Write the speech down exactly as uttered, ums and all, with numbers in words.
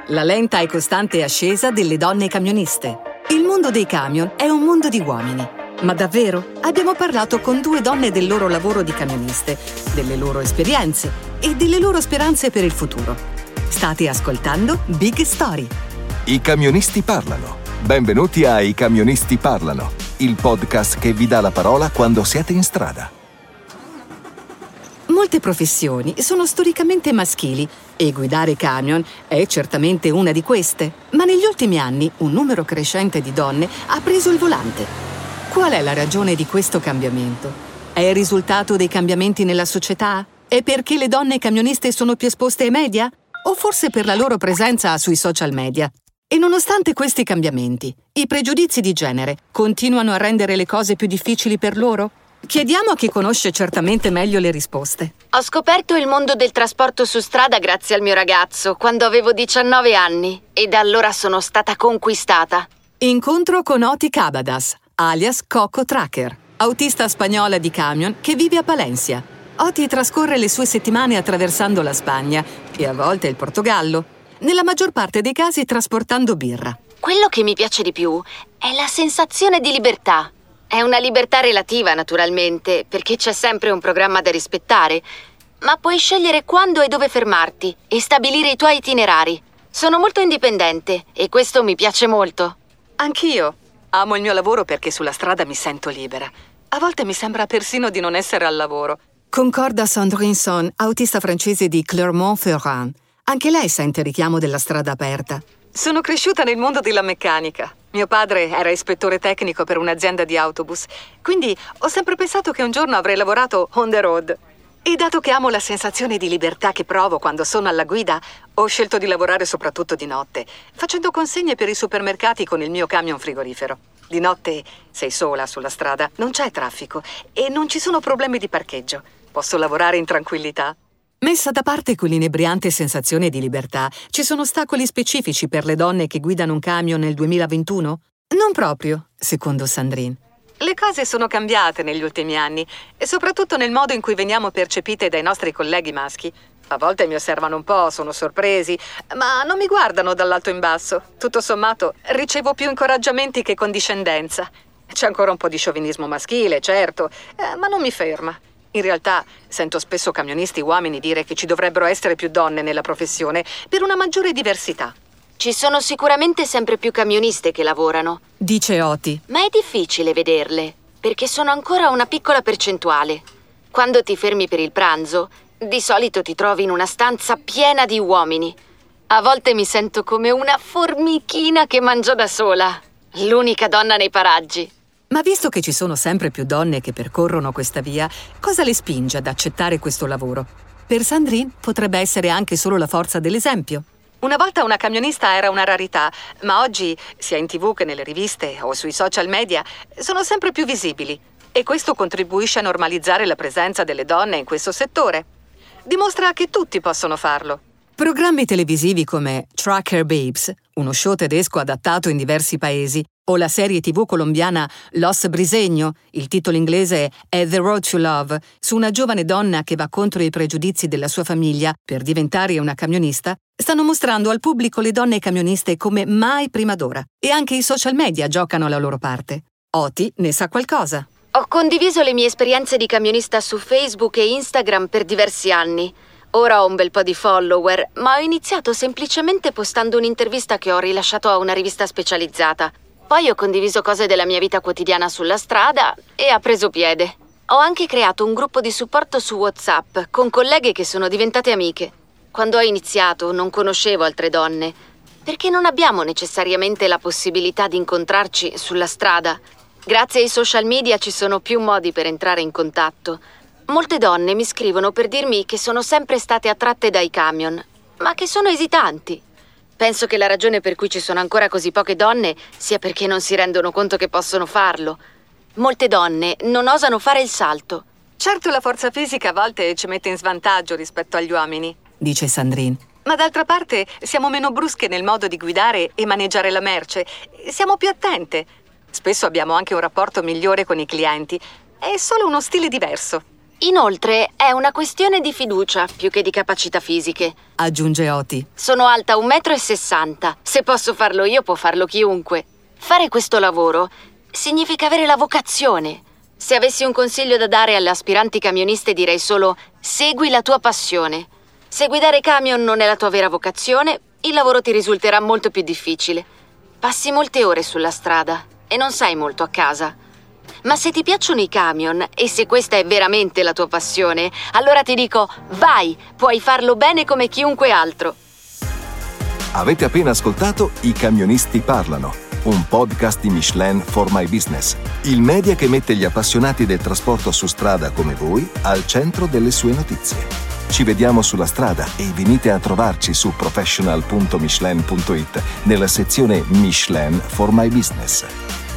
La lenta e costante ascesa delle donne camioniste. Il mondo dei camion è un mondo di uomini. Ma davvero? Abbiamo parlato con due donne del loro lavoro di camioniste, delle loro esperienze e delle loro speranze per il futuro. State ascoltando Big Story. I camionisti parlano. Benvenuti a I camionisti parlano, il podcast che vi dà la parola quando siete in strada. Molte professioni sono storicamente maschili e guidare camion è certamente una di queste, ma negli ultimi anni un numero crescente di donne ha preso il volante. Qual è la ragione di questo cambiamento? È il risultato dei cambiamenti nella società? È perché le donne camioniste sono più esposte ai media? O forse per la loro presenza sui social media? E nonostante questi cambiamenti, i pregiudizi di genere continuano a rendere le cose più difficili per loro? Chiediamo a chi conosce certamente meglio le risposte. Ho scoperto il mondo del trasporto su strada grazie al mio ragazzo, quando avevo diciannove anni, e da allora sono stata conquistata. Incontro con Oti Cabadas, alias Coco Tracker, autista spagnola di camion che vive a Palencia. Oti trascorre le sue settimane attraversando la Spagna e a volte il Portogallo, nella maggior parte dei casi trasportando birra. Quello che mi piace di più è la sensazione di libertà. È una libertà relativa, naturalmente, perché c'è sempre un programma da rispettare, ma puoi scegliere quando e dove fermarti e stabilire i tuoi itinerari. Sono molto indipendente e questo mi piace molto. Anch'io. Amo il mio lavoro perché sulla strada mi sento libera. A volte mi sembra persino di non essere al lavoro. Concorda Sandrine Son, autista francese di Clermont-Ferrand. Anche lei sente il richiamo della strada aperta. Sono cresciuta nel mondo della meccanica. Mio padre era ispettore tecnico per un'azienda di autobus, quindi ho sempre pensato che un giorno avrei lavorato on the road. E dato che amo la sensazione di libertà che provo quando sono alla guida, ho scelto di lavorare soprattutto di notte, facendo consegne per i supermercati con il mio camion frigorifero. Di notte sei sola sulla strada, non c'è traffico e non ci sono problemi di parcheggio. Posso lavorare in tranquillità. Messa da parte quell'inebriante sensazione di libertà, ci sono ostacoli specifici per le donne che guidano un camion nel duemilaventuno? Non proprio, secondo Sandrine. Le cose sono cambiate negli ultimi anni e soprattutto nel modo in cui veniamo percepite dai nostri colleghi maschi. A volte mi osservano un po', sono sorpresi, ma non mi guardano dall'alto in basso. Tutto sommato, ricevo più incoraggiamenti che condiscendenza. C'è ancora un po' di sciovinismo maschile, certo, eh, ma non mi ferma. In realtà, sento spesso camionisti uomini dire che ci dovrebbero essere più donne nella professione per una maggiore diversità. Ci sono sicuramente sempre più camioniste che lavorano, dice Oti. Ma è difficile vederle, perché sono ancora una piccola percentuale. Quando ti fermi per il pranzo, di solito ti trovi in una stanza piena di uomini. A volte mi sento come una formichina che mangia da sola, l'unica donna nei paraggi. Ma visto che ci sono sempre più donne che percorrono questa via, cosa le spinge ad accettare questo lavoro? Per Sandrine potrebbe essere anche solo la forza dell'esempio. Una volta una camionista era una rarità, ma oggi, sia in tivù che nelle riviste o sui social media, sono sempre più visibili. E questo contribuisce a normalizzare la presenza delle donne in questo settore. Dimostra che tutti possono farlo. Programmi televisivi come Trucker Babes, uno show tedesco adattato in diversi paesi, o la serie tivù colombiana Los Briseño, il titolo inglese è The Road to Love, su una giovane donna che va contro i pregiudizi della sua famiglia per diventare una camionista, stanno mostrando al pubblico le donne camioniste come mai prima d'ora. E anche i social media giocano la loro parte. Oti ne sa qualcosa. Ho condiviso le mie esperienze di camionista su Facebook e Instagram per diversi anni. Ora ho un bel po' di follower, ma ho iniziato semplicemente postando un'intervista che ho rilasciato a una rivista specializzata. Poi ho condiviso cose della mia vita quotidiana sulla strada e ha preso piede. Ho anche creato un gruppo di supporto su WhatsApp con colleghe che sono diventate amiche. Quando ho iniziato non conoscevo altre donne, perché non abbiamo necessariamente la possibilità di incontrarci sulla strada. Grazie ai social media ci sono più modi per entrare in contatto. Molte donne mi scrivono per dirmi che sono sempre state attratte dai camion, ma che sono esitanti. Penso che la ragione per cui ci sono ancora così poche donne sia perché non si rendono conto che possono farlo. Molte donne non osano fare il salto. Certo, la forza fisica a volte ci mette in svantaggio rispetto agli uomini, dice Sandrine. Ma d'altra parte siamo meno brusche nel modo di guidare e maneggiare la merce. Siamo più attente. Spesso abbiamo anche un rapporto migliore con i clienti. È solo uno stile diverso. Inoltre è una questione di fiducia più che di capacità fisiche. Aggiunge Oti. Sono alta un metro e sessanta. Se posso farlo io, può farlo chiunque. Fare questo lavoro significa avere la vocazione. Se avessi un consiglio da dare alle aspiranti camioniste, direi solo: segui la tua passione. Se guidare camion non è la tua vera vocazione, il lavoro ti risulterà molto più difficile. Passi molte ore sulla strada e non sei molto a casa. Ma se ti piacciono i camion e se questa è veramente la tua passione, allora ti dico: vai, puoi farlo bene come chiunque altro. Avete appena ascoltato I Camionisti Parlano, un podcast di Michelin for My Business, il media che mette gli appassionati del trasporto su strada come voi al centro delle sue notizie. Ci vediamo sulla strada e venite a trovarci su professional punto michelin punto it nella sezione Michelin for My Business.